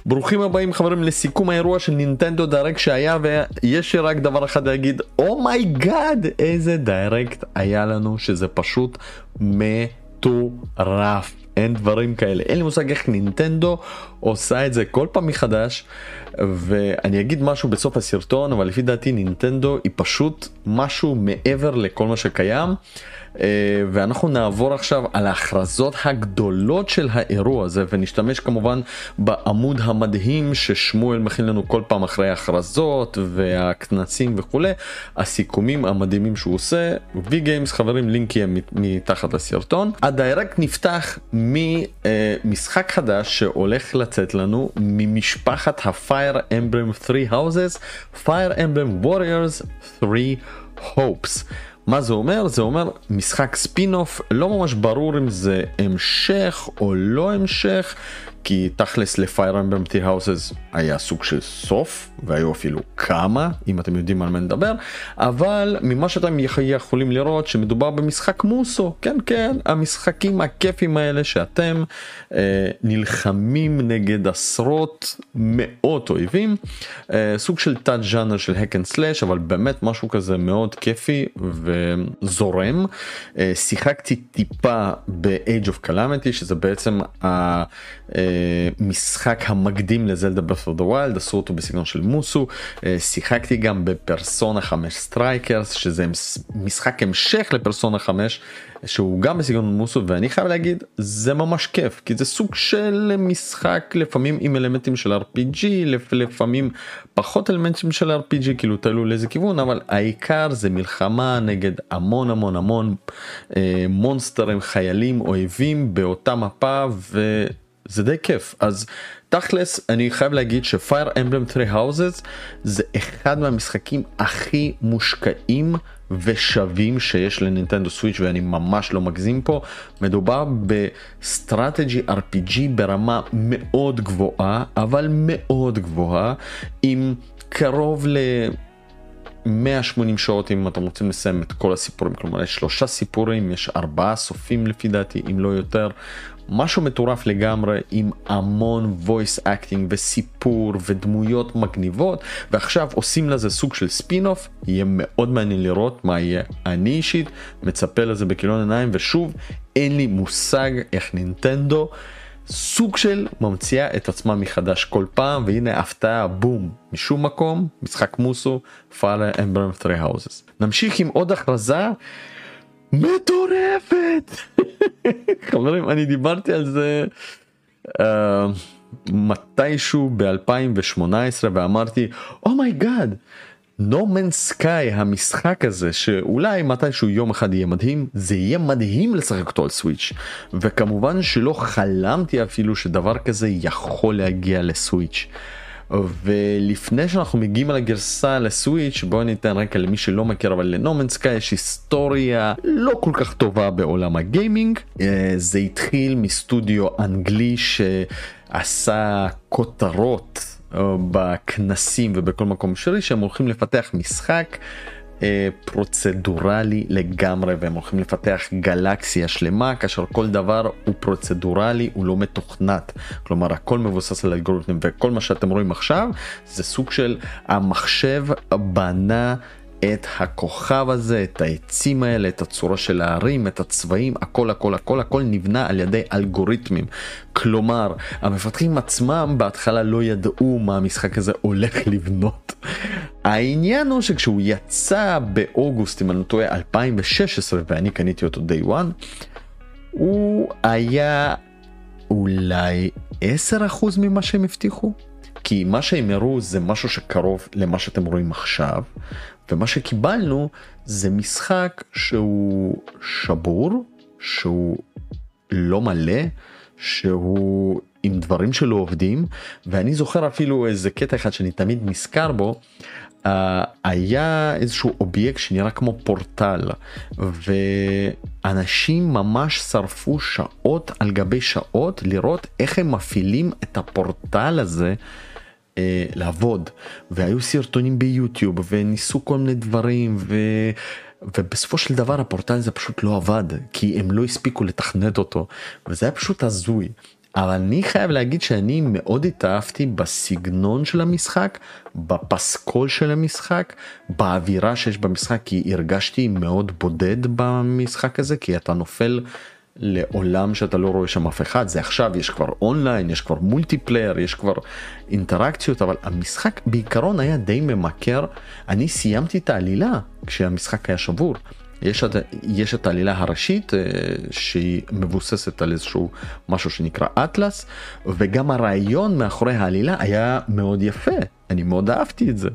ברוכים הבאים חברים לסיכום האירוע של נינטנדו דיירקט שהיה, ויש לי רק דבר אחד להגיד, אומייגאד, איזה דיירקט היה לנו, שזה פשוט מטורף. אין דברים כאלה, אין לי מושג איך נינטנדו עושה את זה כל פעם מחדש. ואני אגיד משהו בסוף הסרטון, אבל לפי דעתי נינטנדו היא פשוט משהו מעבר לכל מה שקיים. ואנחנו נעבור עכשיו על ההכרזות הגדולות של האירוע הזה, ונשתמש כמובן בעמוד המדהים ששמואל מכין לנו כל פעם אחרי ההכרזות והכנסים וכולי, הסיכומים המדהימים שהוא עושה. V-Games חברים, לינק יהיה מתחת לסרטון. הדיירקט נפתח ממשחק חדש שהולך לצאת לנו ממשפחת ה-Fire Emblem 3 Houses, Fire Emblem Warriors 3 Hopes. מה זה אומר? זה אומר משחק ספין-אוף, לא ממש ברור אם זה המשך או לא המשך, כי תכלס לפייר אמברם 3 Houses היה סוג של סוף, והיו אפילו כמה, אם אתם יודעים על מה נדבר, אבל ממה שאתם יכולים לראות שמדובר במשחק מוסו, כן כן, המשחקים הכיפים האלה שאתם נלחמים נגד עשרות מאות אויבים, סוג של תת ז'אנר של hack and slash, אבל באמת משהו כזה מאוד כיפי וזורם. שיחקתי טיפה ב-Age of Calamity, שזה בעצם משחק המקדים לזלדה Breath of the Wild, עשו אותו בסגנון של מוסו. שיחקתי גם בפרסונה 5 סטרייקרס, שזה משחק המשך לפרסונה 5 שהוא גם בסגנון מוסו, ואני חייב להגיד זה ממש כיף, כי זה סוג של משחק לפעמים עם אלמנטים של RPG, לפעמים פחות אלמנטים של RPG, כאילו תלו לאיזה כיוון, אבל העיקר זה מלחמה נגד המון המון המון מונסטרים, חיילים, אויבים באותה מפה, וזה די כיף. אז תכלס אני חייב להגיד שפייר אמבלם 3 Houses זה אחד מהמשחקים הכי מושקעים ושווים שיש לנינטנדו סוויץ', ואני ממש לא מגזים פה. מדובר בסטרטג'י RPG ברמה מאוד גבוהה, אבל מאוד גבוהה, עם קרוב ל-180 שעות אם אתם רוצים לסיים את כל הסיפורים. כלומר יש 3 סיפורים, יש 4 סופים לפי דעתי אם לא יותר, משהו מטורף לגמרי, עם המון voice acting וסיפור ודמויות מגניבות, ועכשיו עושים לזה סוג של ספין-אוף. יהיה מאוד מעניין לראות מה יהיה. אני אישית מצפה לזה בכיליון עיניים, ושוב אין לי מושג איך נינטנדו סוג של ממציאה את עצמה מחדש כל פעם, והנה הפתעה, בום, משום מקום, משחק מוסו, Fire Emblem 3 Houses. נמשיך עם עוד הכרזה מטורפת. חברים, אני דיברתי על זה מתישהו ב-2018 ואמרתי, אומייגאד, No Man's Sky, המשחק הזה שאולי מתישהו יום אחד יהיה מדהים, זה יהיה מדהים לשחק אותו על סוויץ', וכמובן שלא חלמתי אפילו שדבר כזה יכול להגיע לסוויץ'. ולפני שאנחנו מגיעים על הגרסה לסוויץ', בואו ניתן רקע למי שלא מכיר, אבל ל-No Man's Sky יש היסטוריה לא כל כך טובה בעולם הגיימינג. זה התחיל מסטודיו אנגלי שעשה כותרות בכנסים ובכל מקום שרי, שהם הולכים לפתח משחק פרוצדורלי לגמרי, והם הולכים לפתח גלקסיה שלמה, כאשר כל דבר הוא פרוצדורלי, הוא לא מתוכנת, כלומר הכל מבוסס על אלגוריתמים, וכל מה שאתם רואים עכשיו זה סוג של המחשב בנה את הכוכב הזה, את העצים האלה, את הצורה של הערים, את הצבעים, הכל הכל הכל הכל נבנה על ידי אלגוריתמים. כלומר המפתחים עצמם בהתחלה לא ידעו מה המשחק הזה הולך לבנות. העניין הוא שכשהוא יצא באוגוסט, אם אני טועה 2016, ואני קניתי אותו day one, הוא היה אולי 10% ממה שהם הבטיחו, כי מה שהם הראו זה משהו שקרוב למה שאתם רואים עכשיו, ומה שקיבלנו זה משחק שהוא שבור, שהוא לא מלא, שהוא עם דברים שלא עובדים. ואני זוכר אפילו איזה קטע אחד שאני תמיד נזכר בו, היה איזשהו אובייקט שנראה כמו פורטל, ואנשים ממש שרפו שעות על גבי שעות לראות איך הם מפעילים את הפורטל הזה לעבוד, והיו סרטונים ביוטיוב וניסו כל מיני דברים, ובסופו של דבר הפורטל הזה פשוט לא עבד, כי הם לא הספיקו לתכנת אותו, וזה היה פשוט הזוי. אבל אני חייב להגיד שאני מאוד התאהבתי בסגנון של המשחק, בפסקול של המשחק, באווירה שיש במשחק, כי הרגשתי מאוד בודד במשחק הזה, כי אתה נופל לעולם שאתה לא רואה שם אף אחד. זה עכשיו יש כבר אונליין, יש כבר מולטיפלייר, יש כבר אינטראקציות, אבל המשחק בעיקרון היה די ממכר. אני סיימתי את העלילה כשהמשחק היה שבור. יש את העלילה הראשית שהיא מבוססת על איזשהו משהו שנקרא אטלס, וגם הרעיון מאחורי העלילה היה מאוד יפה, אני מאוד אהבתי את זה.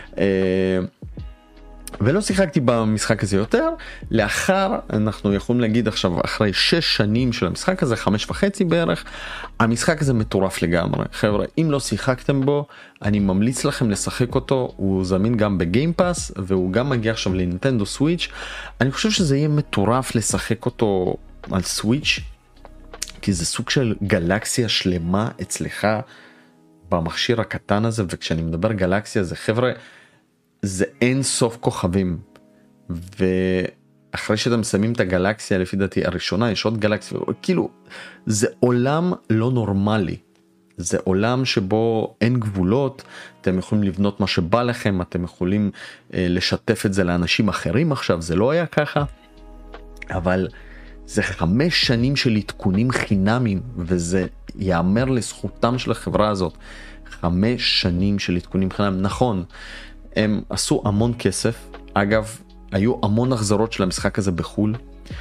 ולא שיחקתי במשחק הזה יותר. לאחר, אנחנו יכולים להגיד עכשיו, אחרי 6 שנים של המשחק הזה, 5.5 בערך, המשחק הזה מטורף לגמרי. חבר'ה, אם לא שיחקתם בו, אני ממליץ לכם לשחק אותו. הוא זמין גם בגיימפאס, והוא גם מגיע עכשיו לנינטנדו סוויץ'. אני חושב שזה יהיה מטורף לשחק אותו על סוויץ', כי זה סוג של גלקסיה שלמה אצלך במכשיר הקטן הזה. וכשאני מדבר גלקסיה, זה חבר'ה, זה אין סוף כוכבים, ואחרי שאתם מסיימים את הגלקסיה, לפי דעתי הראשונה, יש עוד גלקסיה, כאילו זה עולם לא נורמלי, זה עולם שבו אין גבולות, אתם יכולים לבנות מה שבא לכם, אתם יכולים לשתף את זה לאנשים אחרים. עכשיו זה לא היה ככה, אבל זה 5 שנים של עדכונים חינמים, וזה יאמר לזכותם של החברה הזאת. 5 שנים של עדכונים חינמים. נכון, הם עשו המון כסף. אגב, היו המון החזרות של המשחק הזה בחול.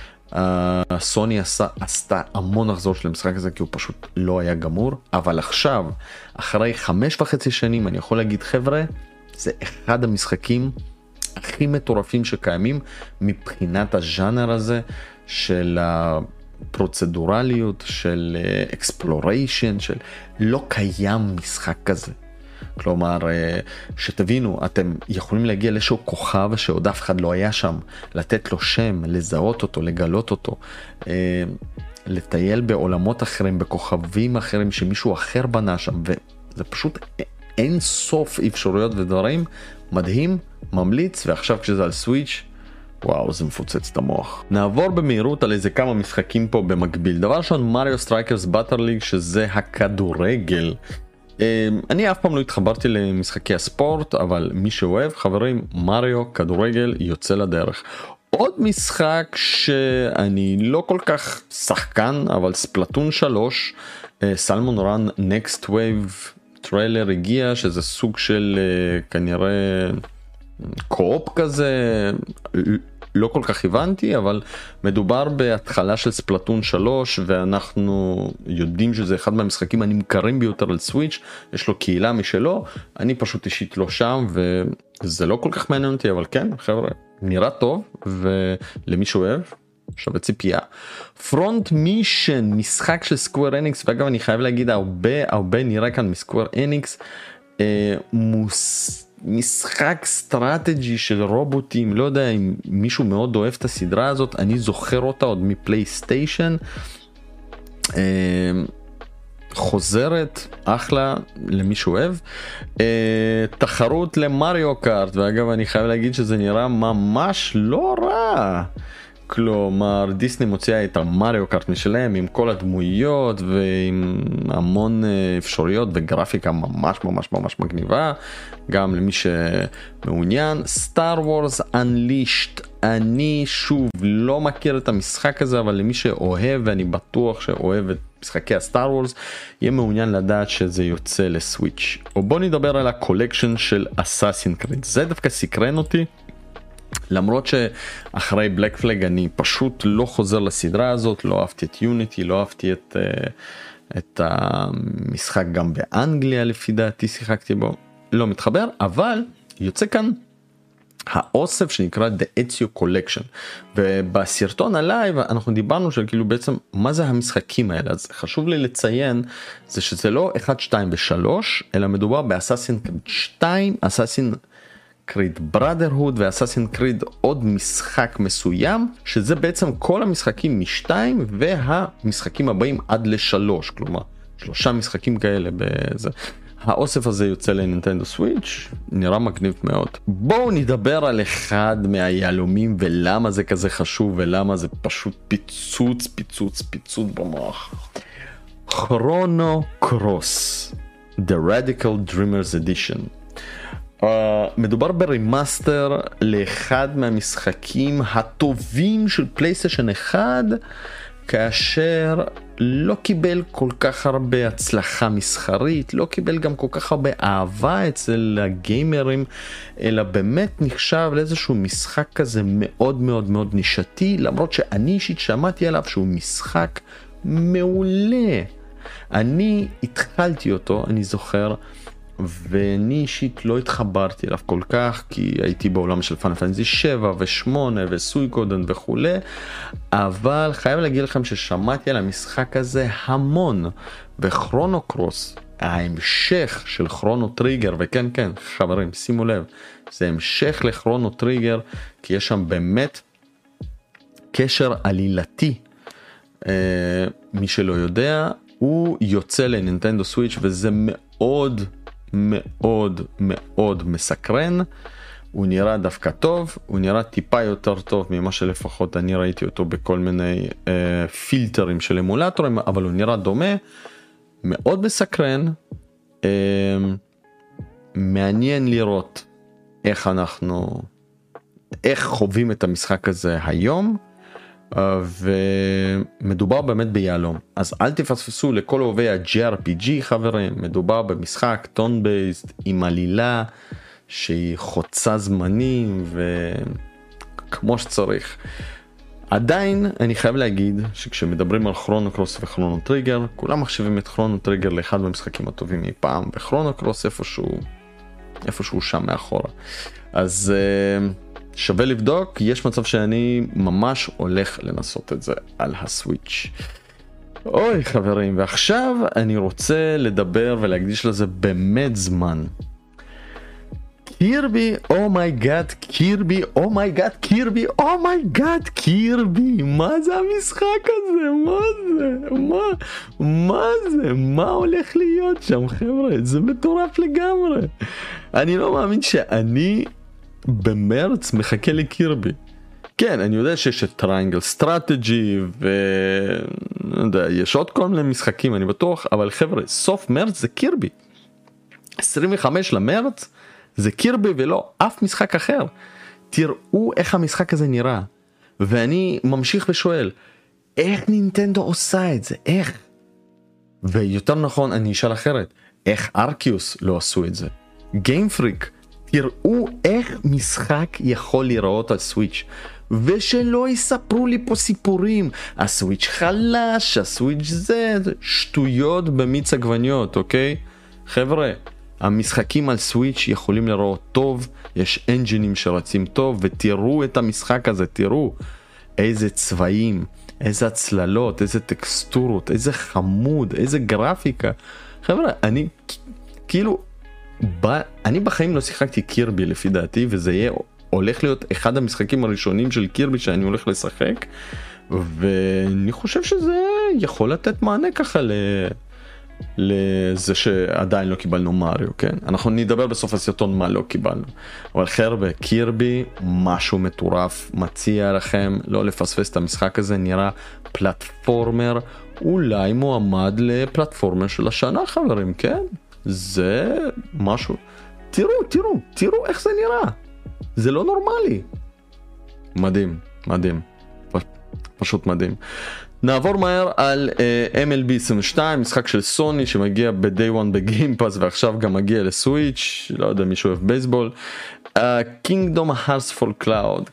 סוני עשתה המון החזרות של המשחק הזה, כי הוא פשוט לא היה גמור. אבל עכשיו, אחרי 5.5 שנים, אני יכול להגיד, חבר'ה, זה אחד המשחקים הכי מטורפים שקיימים, מבחינת הז'אנר הזה, של הפרוצדורליות, של אקספלוריישן, של לא קיים משחק כזה. כלומר, שתבינו, אתם יכולים להגיע לאיזשהו כוכב שעוד אף אחד לא היה שם, לתת לו שם, לזהות אותו, לגלות אותו, לטייל בעולמות אחרים, בכוכבים אחרים שמישהו אחר בנה שם, וזה פשוט אין סוף אפשרויות ודברים. מדהים, ממליץ. ועכשיו כשזה על סוויץ', וואו, זה מפוצץ את המוח. נעבור במהירות על איזה כמה משחקים פה במקביל. דבר ראשון, מריו סטרייקרס באטל ליג, שזה הכדורגל. אני אף פעם לא התחברתי למשחקי הספורט, אבל מי שאוהב, חברים, מריו כדורגל יוצא לדרך. עוד משחק שאני לא כל כך שחקן, אבל ספלטון 3, סלמון רן נקסט וייב טריילר הגיע, שזה סוג של כנראה קו-אופ כזה, לא כל כך הבנתי, אבל מדובר בהתחלה של ספלטון 3, ואנחנו יודעים שזה אחד מהמשחקים הנמכרים ביותר על סוויץ', יש לו קהילה משלו. אני פשוט אישית לא שם, וזה לא כל כך מעניין אותי, אבל כן, חבר'ה, נראה טוב, ולמי שאוהב, שווה ציפייה. פרונט מישן, משחק של סקוואר אניקס, ואגב אני חייב להגיד, הרבה נראה כאן מסקוואר אניקס, משחק סטרטג'י של רובוטים. לא יודע אם מישהו מאוד אוהב את הסדרה הזאת, אני זוכר אותה עוד מפלייסטיישן. חוזרת, אחלה למי שאוהב. תחרות למריו קארט, ואגב אני חייב להגיד שזה נראה ממש לא רע. כלומר, דיסני מוציאה את המריו קארט משלהם עם כל הדמויות ועם המון אפשרויות וגרפיקה ממש ממש ממש מגניבה, גם למי שמעוניין. סטאר וורס אנלישט, אני שוב לא מכיר את המשחק הזה, אבל למי שאוהב, ואני בטוח שאוהב את משחקי הסטאר וורס, יהיה מעוניין לדעת שזה יוצא לסוויץ'. או בוא נדבר על הקולקשן של אסאסין קריד. זה דווקא סקרן אותי, למרות שאחרי בלק פלג אני פשוט לא חוזר לסדרה הזאת. לא אהבתי את יוניטי, לא אהבתי את המשחק גם באנגליה, לפי דעתי שיחקתי בו, לא מתחבר. אבל יוצא כאן האוסף שנקרא The Ezio Collection, ובסרטון הלייב אנחנו דיברנו של כאילו בעצם מה זה המשחקים האלה. אז חשוב לי לציין זה שזה לא 1, 2 ו3, אלא מדובר באסאסין קריד 2, אסאסין קריד בראדרהוד ואסאסין קריד עוד משחק מסוים, שזה בעצם כל המשחקים משתיים והמשחקים הבאים עד ל3, כלומר 3 משחקים כאלה בזה. האוסף הזה יוצא לנינטנדו סוויץ', נראה מגניב מאוד. בואו נדבר על אחד מהיהלומים ולמה זה כזה חשוב ולמה זה פשוט פיצוץ במוח. כרונו קרוס, The Radical Dreamers Edition. מדובר ברימאסטר לאחד מהמשחקים הטובים של פלייסטיישן 1, כאשר לא קיבל כל כך הרבה הצלחה מסחרית, לא קיבל גם כל כך הרבה אהבה אצל הגיימרים, אלא באמת נחשב לאיזשהו משחק כזה מאוד מאוד מאוד נישתי, למרות שאני אישית שמעתי עליו שהוא משחק מעולה. אני התחלתי אותו, אני זוכר, ואני אישית לא התחברתי אליו כל כך, כי הייתי בעולם של פיינל פנטזי 7 ו8 וסויקודן וכו', אבל חייב להגיד לכם ששמעתי על המשחק הזה המון, וכרונו קרוס, ההמשך של כרונו טריגר, וכן כן חברים שימו לב, זה המשך לכרונו טריגר, כי יש שם באמת קשר עלילתי. מי שלא יודע, הוא יוצא לנינטנדו סוויץ' וזה מאוד מאוד מאוד מסקרן. הוא נראה דווקא טוב, הוא נראה טיפה יותר טוב ממה שלפחות אני ראיתי אותו בכל מיני פילטרים של אמולטורים, אבל הוא נראה דומה, מאוד מסקרן. מעניין לראות איך חווים את המשחק הזה היום, ומדובר באמת ביעלום, אז אל תפספסו לכל אוהבי ה-JRPG חברים, מדובר במשחק טון בייסט עם עלילה שהיא חוצה זמנים וכמו שצריך. עדיין אני חייב להגיד שכשמדברים על כרונו קרוס וכרונו טריגר, כולם מחשיבים את כרונו טריגר לאחד מהמשחקים הטובים אי פעם, וכרונו קרוס איפשהו שם מאחורה. אז שווה לבדוק, יש מצב שאני ממש הולך לנסות את זה על הסוויץ'. אוי חברים, ועכשיו אני רוצה לדבר ולהקדיש לזה באמת זמן. קירבי, אומייגאד, קירבי, אומייגאד, קירבי, אומייגאד, קירבי, מה זה המשחק הזה? מה זה? מה הולך להיות שם חבר'ה? זה מטורף לגמרי. אני לא מאמין שאני במרץ מחכה לקירבי. כן, אני יודע שיש את טריינגל סטרטג'י יש עוד כל מיני משחקים אני בטוח, אבל חבר'ה, סוף מרץ זה קירבי. 25 למרץ זה קירבי ולא אף משחק אחר. תראו איך המשחק הזה נראה, ואני ממשיך ושואל איך נינטנדו עושה את זה, איך? ויותר נכון אני אשאל אחרת, איך ארקיוס לא עשו את זה? גיים פריק, תראו איך משחק יכול להיראות על סוויץ', ושלא יספרו לי פה סיפורים, הסוויץ' חלש, הסוויץ' זה שטויות במיץ עגבניות, אוקיי? חבר'ה, המשחקים על סוויץ' יכולים לראות טוב, יש אנג'ינים שרצים טוב, ותראו את המשחק הזה, תראו איזה צבעים, איזה הצללות, איזה טקסטורות, איזה חמוד, איזה גרפיקה. חבר'ה, אני בחיים לא שיחקתי קירבי לפי דעתי, וזה הולך להיות אחד המשחקים הראשונים של קירבי שאני הולך לשחק, ואני חושב שזה יכול לתת מענה ככה לזה שעדיין לא קיבלנו מריו, כן? אנחנו נדבר בסוף הסרטון מה לא קיבלנו, אבל חבר'ה, קירבי משהו מטורף, מציע לכם לא לפספס את המשחק הזה, נראה פלטפורמר, אולי מועמד לפלטפורמר של השנה חברים, כן? זה משהו, תראו איך זה נראה, זה לא נורמלי, מדהים, פשוט מדהים. נעבור מהר על MLB 22, משחק של סוני שמגיע ב-Day 1 בגיימפאס ועכשיו גם מגיע לסוויץ', לא יודע מישהו אוהב בייסבול. Kingdom Hearts for Cloud,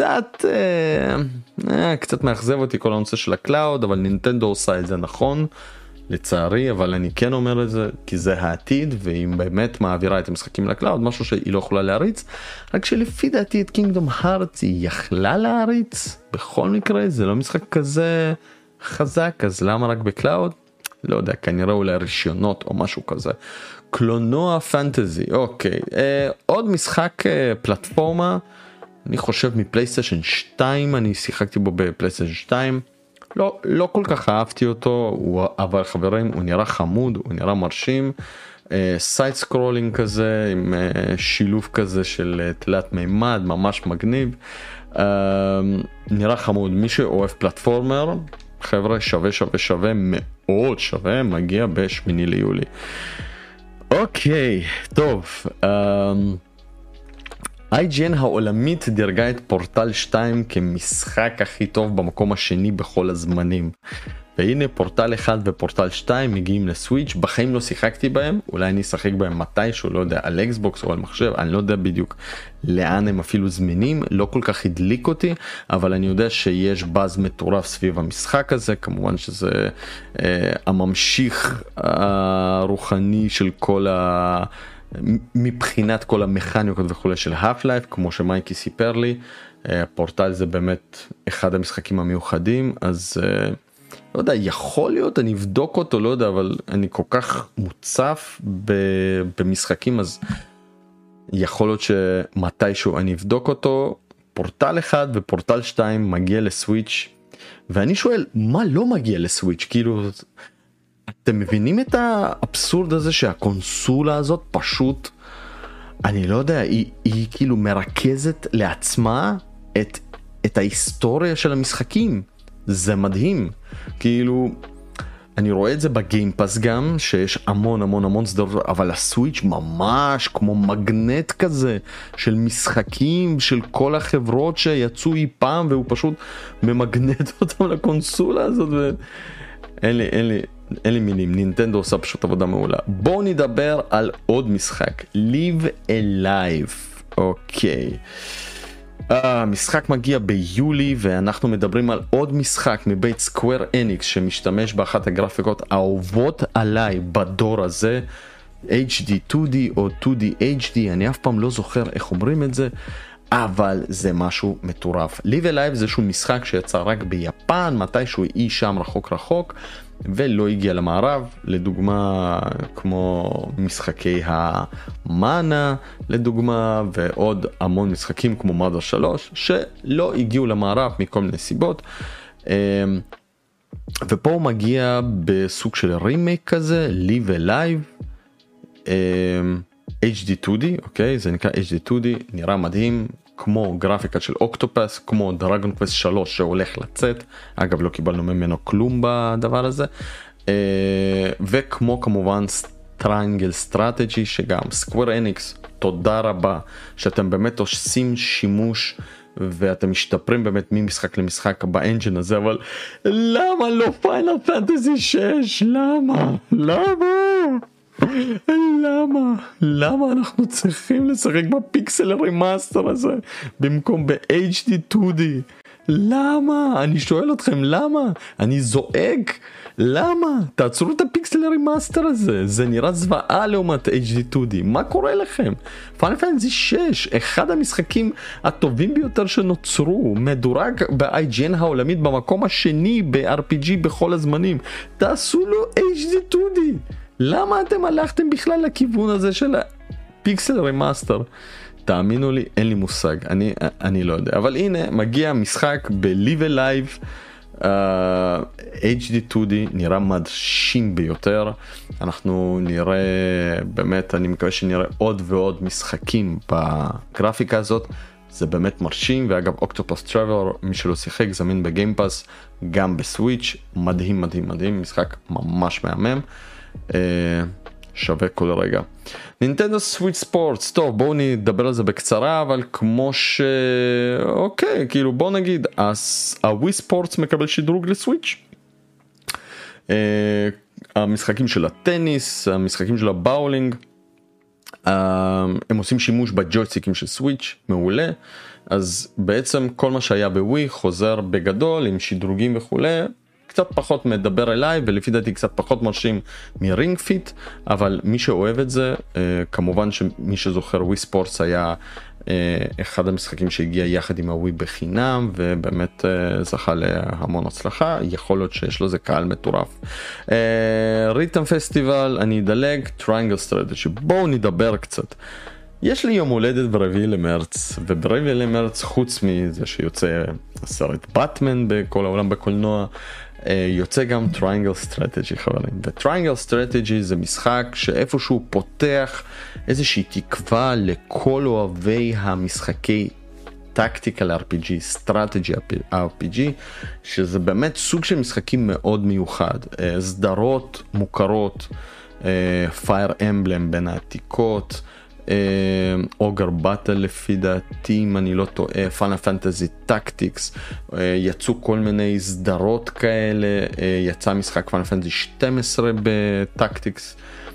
קצת מאכזב אותי כל הנושא של הקלאוד, אבל נינטנדו עושה את זה נכון לצערי, אבל אני כן אומר את זה כי זה העתיד, ואם באמת מעבירה את המשחקים לקלאוד, משהו שהיא לא יכולה להריץ, רק שלפי דעתי את Kingdom Hearts היא יכלה להריץ בכל מקרה, זה לא משחק כזה חזק, אז למה רק בקלאוד? לא יודע, כנראה אולי רישיונות או משהו כזה. קלונוע פנטזי, אוקיי, עוד משחק פלטפורמה, אני חושב מפלייסטיישן 2, אני שיחקתי בו בפלייסטיישן 2, לא כל כך אהבתי אותו, אבל חברים, הוא נראה חמוד, הוא נראה מרשים, סייד סקרולינג כזה, עם שילוב כזה של תלת מימד, ממש מגניב, נראה חמוד. מי שאוהב פלטפורמר, חבר'ה, שווה שווה שווה, מאוד שווה, מגיע ב8 ליולי. אוקיי, טוב, IGN העולמית דירגה את פורטל 2 כמשחק הכי טוב במקום השני בכל הזמנים. והנה פורטל 1 ופורטל 2 מגיעים לסוויץ', בחיים לא שיחקתי בהם, אולי אני אשחק בהם מתישהו, לא יודע, על אקסבוקס או על מחשב, אני לא יודע בדיוק לאן הם אפילו זמינים, לא כל כך הדליק אותי, אבל אני יודע שיש באז מטורף סביב המשחק הזה, כמובן שזה הממשיך הרוחני של כל מבחינת כל המכניקות וכולי של Half-Life, כמו שמייקי סיפר לי, פורטל זה באמת אחד המשחקים המיוחדים, אז לא יודע, יכול להיות, אני אבדוק אותו, לא יודע, אבל אני כל כך מוצף במשחקים, אז יכול להיות שמתישהו אני אבדוק אותו. פורטל 1 ופורטל 2 מגיע לסוויץ', ואני שואל, מה לא מגיע לסוויץ'? כאילו, אתם מבינים את האבסורד הזה שהקונסולה הזאת פשוט, אני לא יודע, היא כאילו מרכזת לעצמה את ההיסטוריה של המשחקים. זה מדהים, כאילו אני רואה את זה בגיימפאס גם, שיש המון המון המון סדרות, אבל הסוויץ' ממש כמו מגנט כזה של משחקים של כל החברות שיצאו אי פעם, והוא פשוט ממגנט אותם לקונסולה הזאת, אין לי מילים, נינטנדו עושה פשוט עבודה מעולה. בואו נדבר על עוד משחק, Live Alive. אוקיי, המשחק מגיע ביולי, ואנחנו מדברים על עוד משחק מבית סקוואר אניקס שמשתמש באחת הגרפיקות האהובות עליי בדור הזה, HD 2D או 2D HD, אני אף פעם לא זוכר איך אומרים את זה, אבל זה משהו מטורף. Live Alive זה שהוא משחק שיצא רק ביפן, מתישהו אי שם רחוק רחוק, ולא הגיע למערב, לדוגמה כמו משחקי המאנה לדוגמה, ועוד המון משחקים כמו מרדר 3 שלא הגיעו למערב מכל מיני סיבות, ופה הוא מגיע בסוג של רימייק כזה, Live Alive HD 2D, אוקיי, זה נקרא HD 2D, נראה מדהים, כמו גרפיקה של אוקטופס, כמו דרגון קווסט 3 שהולך לצאת, אגב לא קיבלנו ממנו כלום בדבר הזה, וכמו כמובן טריינגל סטרטג'י, שגם סקוואר אניקס, תודה רבה שאתם באמת עושים שימוש ואתם משתפרים באמת ממשחק למשחק באנג'ן הזה, אבל למה לא פיינל פנטזי 6? למה אנחנו צריכים לשחק בפיקסל רימאסטר הזה במקום ב-HD 2D? למה? אני שואל אתכם למה? אני זועק, למה? תעצרו את הפיקסל רימאסטר הזה, זה נראה זוועה לעומת HD 2D, מה קורה לכם? פיינל פנטזי 6, אחד המשחקים הטובים ביותר שנוצרו, מדורג ב-IGN העולמית במקום השני ב-RPG בכל הזמנים, תעשו לו HD 2D. למה אתם הלכתם בכלל לכיוון הזה של הפיקסל רימאסטר? תאמינו לי, אין לי מושג, אני לא יודע, אבל הנה מגיע משחק ב-Live Alive, HD 2D, נראה מדהים ביותר, אנחנו נראה, באמת אני מקווה שנראה עוד ועוד משחקים בגרפיקה הזאת, זה באמת מרשים, ואגב אוקטופוס טראבלר, מי שלא שיחק, זמין בגיימפאס, גם בסוויץ', מדהים מדהים מדהים, משחק ממש מהמם, שווה כל רגע. נינטנדו סוויץ' ספורטס, טוב בואו נדבר על זה בקצרה, אבל כמו אוקיי, כאילו בואו נגיד, הווי ספורטס מקבל שדרוג לסוויץ', המשחקים של הטניס, המשחקים של הבאולינג, הם עושים שימוש בג'ויסטיקים של סוויץ', מעולה, אז בעצם כל מה שהיה בווי חוזר בגדול עם שדרוגים וכולי, קצת פחות מדבר אליי, ולפי דעתי קצת פחות מרשים מרינג פיט, אבל מי שאוהב את זה, כמובן שמי שזוכר ווי ספורטס היה אחד המשחקים שהגיע יחד עם הווי בחינם, ובאמת זכה להמון הצלחה, יכול להיות שיש לו זה קהל מטורף. ריתם פסטיבל, אני אדלג, טריינגל סטרטג'י, בואו נדבר קצת. יש לי יום הולדת ברביעי למרץ, וברביעי למרץ חוץ מזה שיוצא הסרט באטמן בכל העולם בקולנוע, יוצא גם Triangle Strategy חברים, ו-Triangle Strategy זה משחק שאיפשהו פותח איזושהי תקווה לכל אוהבי המשחקי טקטיקל RPG, סטרטג'י RPG, שזה באמת סוג של משחקים מאוד מיוחד, סדרות מוכרות, פייר אמבלם בין העתיקות, אוגר באטל לפי דעתי אם אני לא טועה, פאנל פנטזי טקטיקס, יצאו כל מיני סדרות כאלה, יצא משחק פאנל פנטזי 12 בטקטיקס,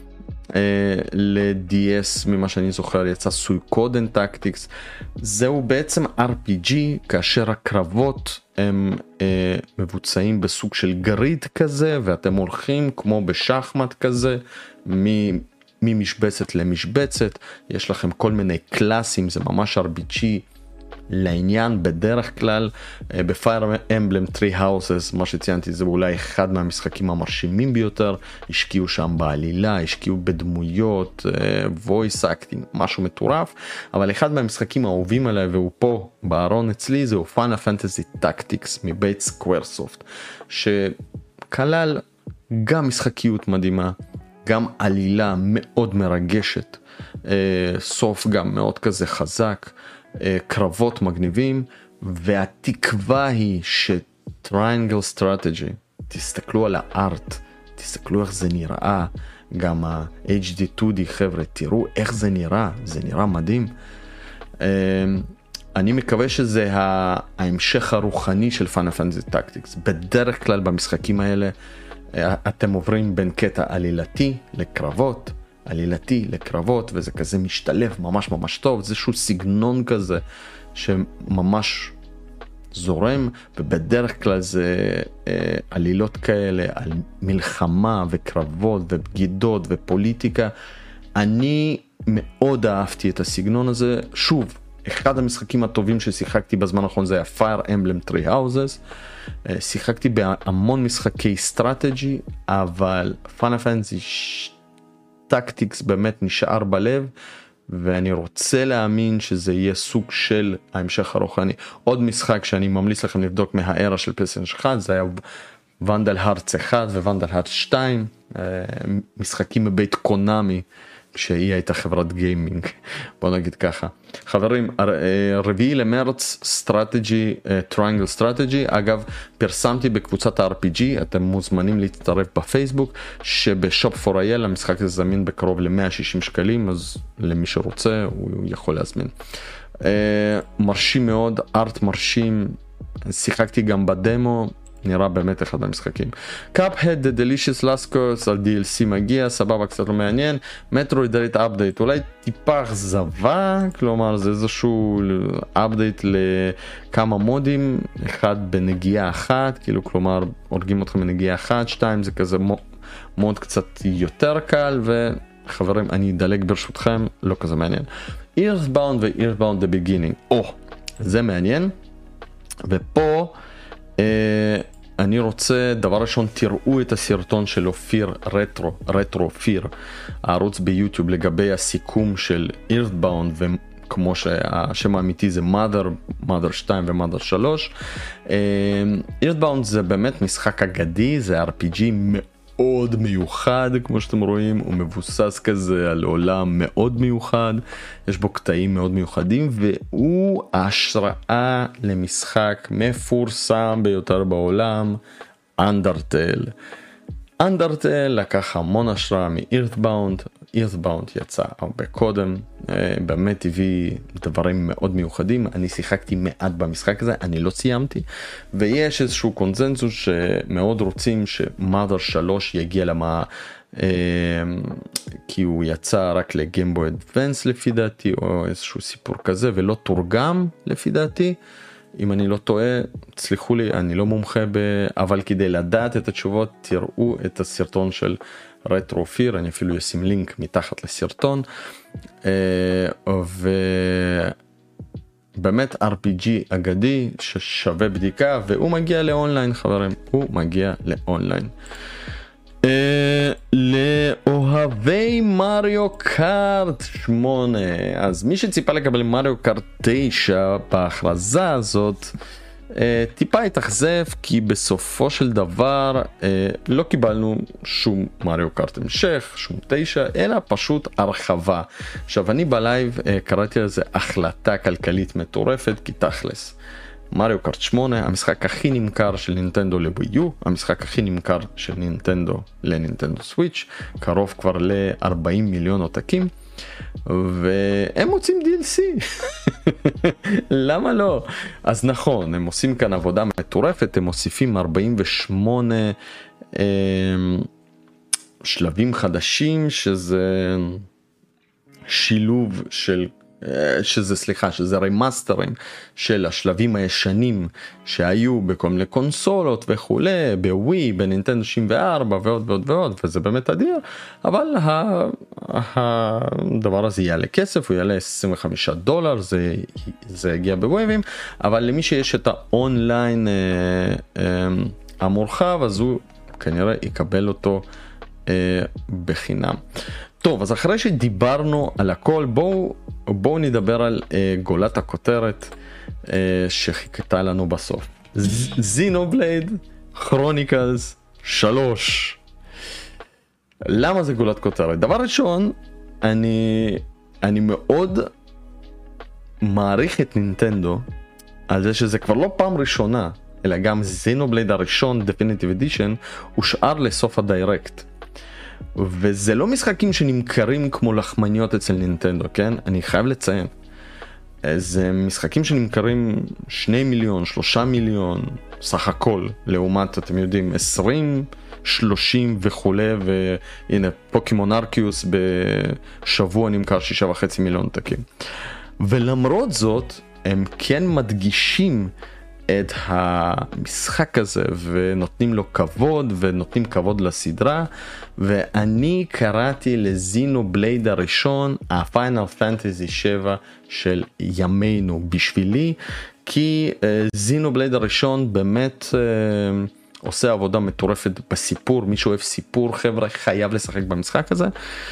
ל-DS ממה שאני זוכר יצא סויקודן טקטיקס. זהו בעצם RPG כאשר הקרבות הם מבוצעים בסוג של גריד כזה, ואתם הולכים כמו בשחמט כזה ממשבצת למשבצת, יש לכם כל מיני קלאסים, זה ממש RPG לעניין. בדרך כלל בפייר אמבלם 3 Houses, מה שציינתי זה אולי אחד מהמשחקים המרשימים ביותר, השקיעו שם בעלילה, השקיעו בדמויות, voice acting, משהו מטורף, אבל אחד מהמשחקים האהובים עליי והוא פה בארון אצלי זהו Final Fantasy Tactics מבית סקוורסופט, שכלל גם משחקיות מדהימה, גם עלילה מאוד מרגשת, סוף גם מאוד כזה חזק, קרבות מגניבים, והתקווה היא שטריינגל סטרטג'י, תסתכלו על הארט, תסתכלו איך זה נראה, גם ה-HD 2D חבר'ה, תראו איך זה נראה מדהים. אני מקווה שזה ההמשך הרוחני של Final Fantasy Tactics. בדרך כלל במשחקים האלה אתם עוברים בין קטע עלילתי לקרבות, עלילתי לקרבות, וזה כזה משתלב ממש ממש טוב, זה איזשהו סגנון כזה שממש זורם, ובדרך כלל זה עלילות כאלה על מלחמה וקרבות ובגידות ופוליטיקה. אני מאוד אהבתי את הסגנון הזה. שוב, אחד המשחקים הטובים ששיחקתי בזמן האחרון זה היה Fire Emblem 3 Houses. שיחקתי בהמון משחקי סטרטג'י, אבל Final Fantasy טקטיקס באמת נשאר בלב, ואני רוצה להאמין שזה יהיה סוג של ההמשך הרוחני. עוד משחק שאני ממליץ לכם לבדוק מהארה של PlayStation 1 זה היה ונדל הארץ 1 וונדל הארץ 2, משחקים מבית קונאמי שהיא הייתה חברת גיימינג, בוא נגיד ככה. חברים, 4 למרץ סטרטג'י, טריינגל סטרטג'י, אגב פרסמתי בקבוצת ה-RPG, אתם מוזמנים להצטרף בפייסבוק, שבשופ פור אייל המשחק הזה זמין בקרוב ל-160 שקלים, אז למי שרוצה הוא יכול להזמין. מרשים מאוד, ארט מרשים, שיחקתי גם בדמו, נראה באמת אחד המשחקים. Cuphead, The Delicious Last Course, על DLC מגיע, סבבה, קצת לא מעניין. Metroid Dread Update, אולי טיפה אכזבה, כלומר זה איזשהו update לכמה מודים, אחד בנגיעה אחת, כאילו כלומר הורגים אתכם בנגיעה אחת, 2 זה כזה מוד קצת יותר קל, וחברים אני אדלג ברשותכם, לא כזה מעניין. Earthbound ו-Earthbound The Beginning, זה מעניין, ופה אני רוצה דבר ראשון תראו את הסרטון של אופיר רטרו פיר, הערוץ ביוטיוב לגבי הסיכום של Earthbound, וכמו שהשם האמיתי זה Mother 2 ו-Mother 3. Earthbound זה באמת משחק אגדי, זה RPG מאוד מיוחד, כמו שאתם רואים, הוא מבוסס כזה על עולם מאוד מיוחד, יש בו קטעים מאוד מיוחדים, והוא ההשראה למשחק מפורסם ביותר בעולם, אנדרטל. אנדרטל לקח המון השראה מ-Earthbound, Earthbound יצא הרבה קודם, באמת הביא דברים מאוד מיוחדים, אני שיחקתי מעט במשחק הזה, אני לא סיימתי, ויש איזשהו קונצנזוס שמאוד רוצים ש-Mother 3 יגיע למה, כי הוא יצא רק לגיימבוי אדוונס לפי דעתי, או איזשהו סיפור כזה, ולא תורגם לפי דעתי, אם אני לא טועה, תסליחו לי, אני לא מומחה אבל כדי לדעת את התשובות, תראו את הסרטון של רטרו פיר, אני אפילו אשים לינק מתחת לסרטון, ובאמת RPG אגדי ששווה בדיקה, והוא מגיע לאונליין חברים, הוא מגיע לאונליין. לאוהבי מריו קארט 8, אז מי שציפה לקבל מריו קארט 9 בהכרזה הזאת, טיפה התאכזב כי בסופו של דבר לא קיבלנו שום מריו קארט המשך, שום 9, אלא פשוט הרחבה. עכשיו אני בלייב קראתי לזה החלטה כלכלית מטורפת, כי תכלס מריו קארט 8, המשחק הכי נמכר של נינטנדו לווי יו, המשחק הכי נמכר של נינטנדו לנינטנדו סוויץ', קרוב כבר ל-40 מיליון עותקים, והם מוצאים DLC. למה לא? אז נכון, הם עושים כאן עבודה מטורפת, הם מוסיפים 48 שלבים חדשים, שזה שילוב של שזה רמאסטרים של השלבים הישנים שהיו בכל מיני קונסולות וכולי, בווי, בנינטנדו 64 ועוד ועוד ועוד, וזה באמת אדיר. אבל הדבר הזה יעלה כסף, הוא יעלה $25, זה יגיע בווייבים, אבל למי שיש את האונליין המורחב, אז הוא כנראה יקבל אותו בחינם. טוב, אז אחרי שדיברנו על הכל, בואו נדבר על גולת הכותרת שחיכתה לנו בסוף. Xenoblade Chronicles 3. למה זה גולת כותרת? דבר ראשון, אני מאוד מעריך את נינטנדו על זה שזה כבר לא פעם ראשונה, אלא גם Xenoblade הראשון, Definitive Edition, הושאר לסוף הדיירקט. וזה לא משחקים שנמכרים כמו לחמניות אצל נינטנדו, כן? אני חייב לציין. זה משחקים שנמכרים 2 מיליון, 3 מיליון, סך הכל, לעומת, אתם יודעים, 20, 30 וכולי, והנה, פוקימון ארקיוס בשבוע נמכר 6.5 מיליון עותקים. ולמרות זאת, הם כן מדגישים את המשחק הזה ונותנים לו כבוד ונותנים כבוד לסדרה, ואני קראתי לזינובלייד הראשון הפיינל פנטזי 7 של ימינו בשבילי, כי זינובלייד הראשון באמת עושה עבודה מטורפת בסיפור. מי שאוהב סיפור, חבר'ה, חייב לשחק במשחק הזה,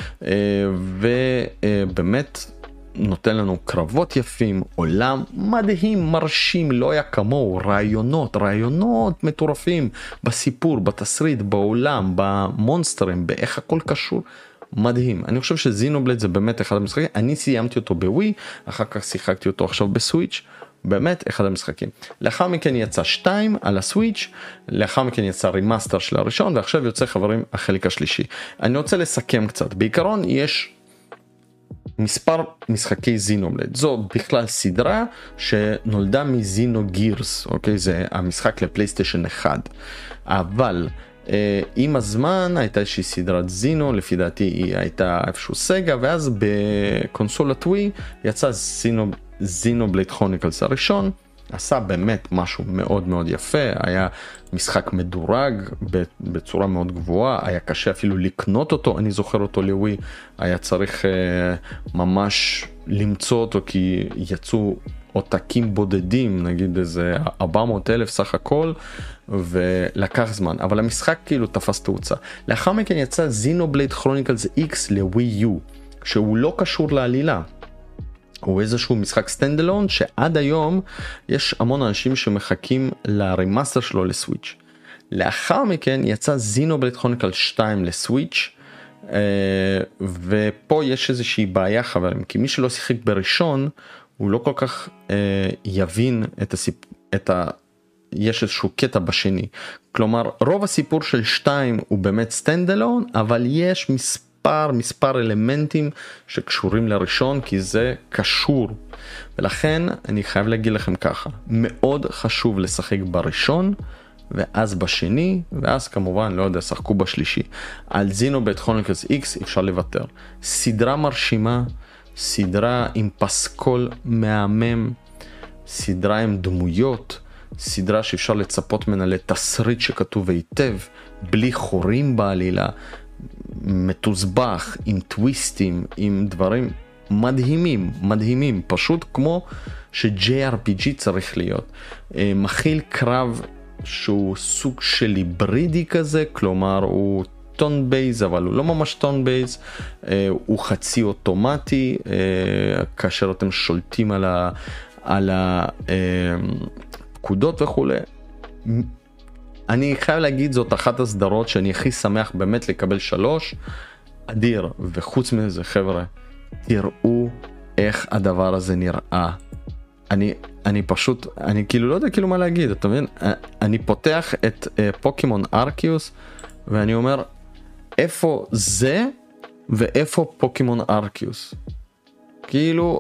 ובאמת נותן לנו קרבות יפים, עולם מדהים, מרשים, לא היה כמוהו, רעיונות מטורפים בסיפור, בתסריט, בעולם, במונסטרים, באיך הכל קשור, מדהים. אני חושב שזינובלייד זה באמת אחד המשחקים. אני סיימתי אותו בווי, אחר כך שיחקתי אותו עכשיו בסוויץ', באמת אחד המשחקים. לאחר מכן יצא 2 על הסוויץ', לאחר מכן יצא רימאסטר של הראשון, ועכשיו יוצא, חברים, החלק השלישי. אני רוצה לסכם קצת. בעיקרון יש מספר משחקי זינובלייד. זו בכלל סדרה שנולדה מזינו גירס, אוקיי? זה המשחק לפלייסטיישן 1. אבל עם הזמן הייתה איזושהי סדרת זינו, לפי דעתי היא הייתה איפשהו סגה, ואז בקונסולת ווי יצא זינובלייד כרוניקלס הראשון, עשה באמת משהו מאוד מאוד יפה, היה משחק מדורג בצורה מאוד גבוהה, היה קשה אפילו לקנות אותו, אני זוכר אותו לווי, היה צריך ממש למצוא אותו כי יצאו עותקים בודדים, נגיד איזה 400,000 סך הכל, ולקח זמן, אבל המשחק כאילו תפס תאוצה. לאחר מכן יצא זינובלייד כרוניקלס X לווי יו, שהוא לא קשור לעלילה, הוא איזשהו משחק סטנדלון שעד היום יש המון אנשים שמחכים לרימאסטר שלו לסוויץ'. לאחר מכן יצא זינובלייד כרוניקלס 2 לסוויץ', ופה יש איזושהי בעיה, חברים, כי מי שלא שיחק בראשון הוא לא כל כך יבין יש איזשהו קטע בשני. כלומר, רוב הסיפור של 2 הוא באמת סטנדלון, אבל יש מספר אלמנטים שקשורים לראשון, כי זה קשור. ולכן אני חייב להגיד לכם ככה, מאוד חשוב לשחק בראשון, ואז בשני, ואז כמובן, לא יודע, שחקו בשלישי. על זינובלייד כרוניקלס X אפשר לוותר. סדרה מרשימה, סדרה עם פסקול מהמם, סדרה עם דמויות, סדרה שאפשר לצפות ממנה לתסריט שכתוב היטב, בלי חורים בעלילה, מתוסבך, עם טוויסטים, עם דברים מדהימים, פשוט כמו ש-JRPG צריך להיות. מכיל קרב שהוא סוג של היברידי כזה, כלומר הוא טון בייז, אבל הוא לא ממש טון בייז, הוא חצי אוטומטי, כאשר אתם שולטים על פקודות וכולי. אני חייב להגיד, זאת אחת הסדרות שאני הכי שמח באמת לקבל 3, אדיר. וחוץ מזה חבר'ה, תראו איך הדבר הזה נראה. אני פשוט, אני כאילו לא יודע כאילו מה להגיד, אתה מבין? אני פותח את פוקימון ארקיוס ואני אומר, איפה זה ואיפה פוקימון ארקיוס? כאילו,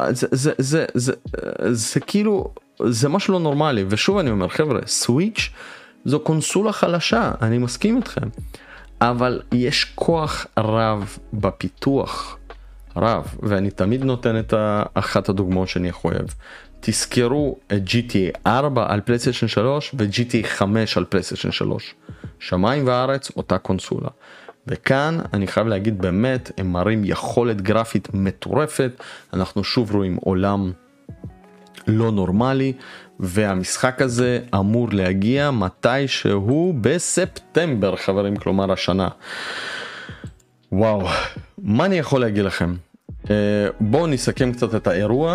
זה כאילו, זה משהו לא נורמלי. ושוב אני אומר, חבר'ה, סוויץ' זו קונסולה חלשה, אני מסכים איתכם. אבל יש כוח רב בפיתוח, רב, ואני תמיד נותן את אחת הדוגמאות שאני אוהב. תזכרו את GTA 4 על פלייסטיישן 3 ו-GTA 5 על פלייסטיישן 3. שמיים וארץ, אותה קונסולה. וכאן אני חייב להגיד באמת, הם מראים יכולת גרפית מטורפת, אנחנו שוב רואים עולם לא נורמלי, והמשחק הזה אמור להגיע מתי שהוא בספטמבר חברים, כלומר השנה. וואו, מה אני יכול להגיד לכם? בואו נסכם קצת את האירוע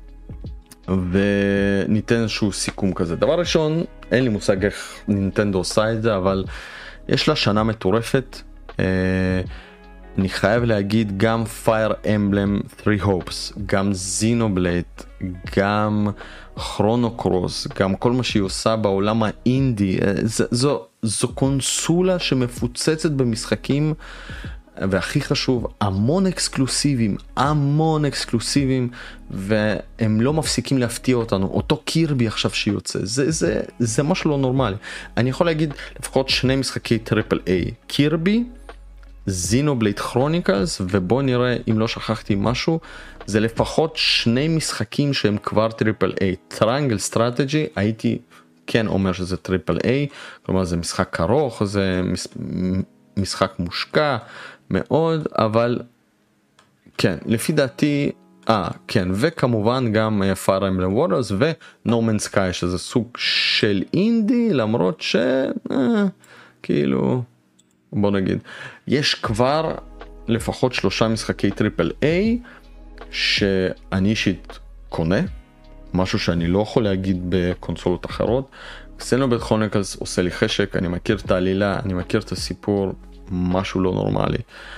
וניתן איזשהו סיכום כזה. דבר ראשון, אין לי מושג איך נינטנדו עושה את זה, אבל יש לה שנה מטורפת. אני חייב להגיד, גם Fire Emblem 3 Hopes, גם Xenoblade, גם Chrono Cross, גם כל מה שהיא עושה בעולם האינדי, זו קונסולה שמפוצצת במשחקים, והכי חשוב, המון אקסקלוסיבים, והם לא מפסיקים להפתיע אותנו. אותו קירבי עכשיו שיוצא, זה משהו לא נורמלי. אני יכול להגיד לפחות 2 משחקי טריפל איי, קירבי, Xenoblade Chronicles, ובוא נראה אם לא שכחתי משהו, זה לפחות 2 משחקים שהם כבר טריפל איי. Triangle Strategy, הייתי כן אומר שזה טריפל איי, כלומר זה משחק ארוך, זה משחק מושקע מאוד, אבל כן, לפי דעתי, כן, וכמובן גם Fire Emblem Warriors ו-No Man's Sky, שזה סוג של אינדי, למרות כאילו, בוא נגיד, יש כבר לפחות 3 משחקי טריפל איי, שאני אישית קונה, משהו שאני לא יכול להגיד בקונסולות אחרות. Xenoblade Chronicles עושה לי חשק, אני מכיר את העלילה, אני מכיר את הסיפור, משהו לא נורמלי.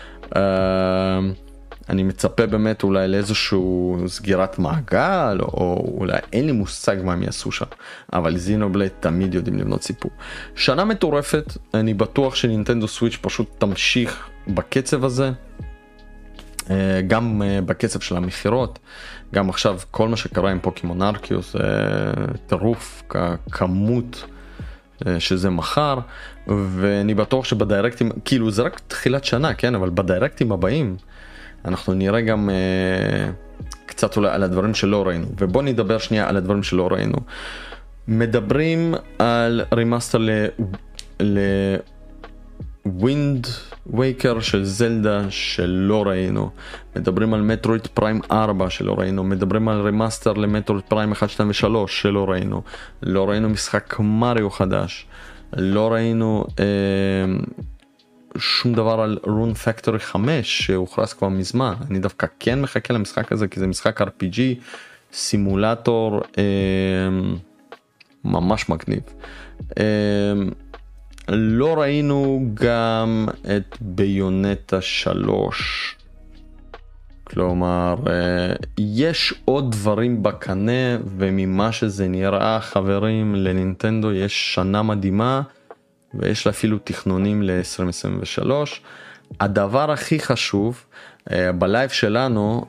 אני מצפה באמת אולי לאיזשהו סגירת מעגל, או אולי אין לי מושג מה הם יעשו שם, אבל Xenoblade תמיד יודעים לבנות סיפור. שנה מטורפת, אני בטוח שנינטנדו סוויץ' פשוט תמשיך בקצב הזה, גם בקצב של המחירות, גם עכשיו כל מה שקרה עם פוקימון ארקיוס, טירוף כמות שזה מחר, ואני בטוח שבדיירקטים, כאילו זה רק תחילת שנה, כן, אבל בדיירקטים הבאים, אנחנו נראה גם קצת אולי על הדברים שלא ראינו, ובוא נדבר שנייה על הדברים שלא ראינו. מדברים על רימאסטר ווינד וייקר של זלדה שלא ראינו, מדברים על מטרויד פריים 4 שלא ראינו, מדברים על רימאסטר למטרויד פריים 1, 2 ו3 שלא ראינו, לא ראינו משחק מריו חדש, לא ראינו שום דבר על רון פקטורי 5 שהוכרז כבר מזמן. אני דווקא כן מחכה למשחק הזה, כי זה משחק RPG, סימולטור ממש מגניב. לא ראינו גם את ביונטה 3, כלומר יש עוד דברים בקנה, וממה שזה נראה חברים, לנינטנדו יש שנה מדהימה, ויש לה אפילו תכנונים ל-2023. הדבר הכי חשוב, בלייב שלנו,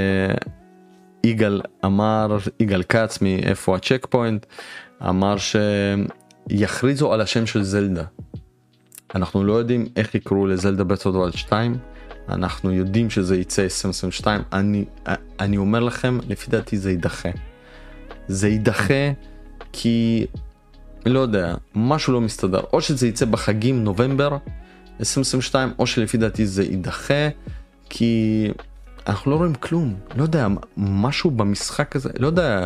יגאל קץ מאיפה הצ'ק פוינט, אמר שיכריזו על השם של זלדה. אנחנו לא יודעים איך יקראו לזלדה ברת' אוף דה ווילד 2, אנחנו יודעים שזה יצא 2022, אני אומר לכם, לפי דעתי זה יידחה, כי לא יודע, משהו לא מסתדר, או שזה יצא בחגים נובמבר 2022, או שלפי דעתי זה יידחה, כי אנחנו לא רואים כלום, לא יודע, משהו במשחק הזה, לא יודע,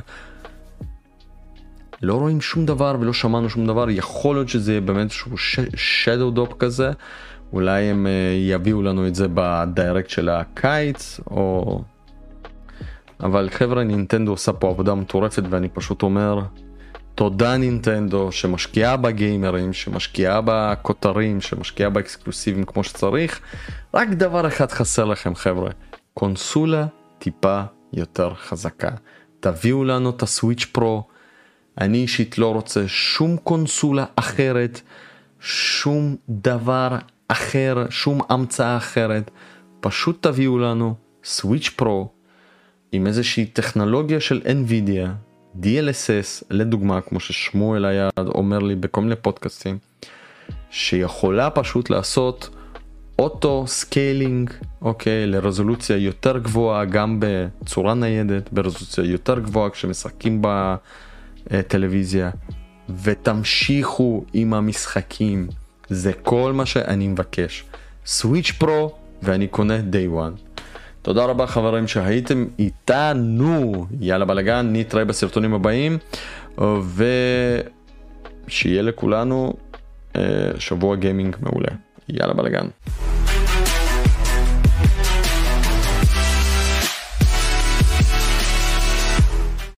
לא רואים שום דבר ולא שמענו שום דבר. יכול להיות שזה באמת איזשהו shadow drop כזה, אולי הם יביאו לנו את זה בדיירקט של הקיץ, אבל חבר'ה, נינטנדו עושה פה עבודה מטורפת, ואני פשוט אומר, תודה נינטנדו שמשקיעה בגיימרים, שמשקיעה בכותרים, שמשקיעה באקסקלוסיבים כמו שצריך. רק דבר אחד חסר לכם חבר'ה, קונסולה טיפה יותר חזקה. תביאו לנו את הסוויץ' פרו. אני אישית לא רוצה שום קונסולה אחרת, שום דבר אחר, שום המצאה אחרת. פשוט תביאו לנו סוויץ' פרו עם איזושהי טכנולוגיה של NVIDIA, DLSS לדוגמה, כמו ששמואל היה אומר לי בכל מיני פודקאסטים, שיכולה פשוט לעשות אוטו סקיילינג, אוקיי, לרזולוציה יותר גבוהה, גם בצורה ניידת, ברזולוציה יותר גבוהה כשמשחקים בטלוויזיה, ותמשיכו עם המשחקים. זה כל מה שאני מבקש. סוויץ' פרו, ואני קונה day one. תודה רבה חברים שהייתם איתנו. יאללה בלגן, נתראה בסרטונים הבאים, ושיהיה לכולנו שבוע גיימינג מעולה. יאללה בלגן.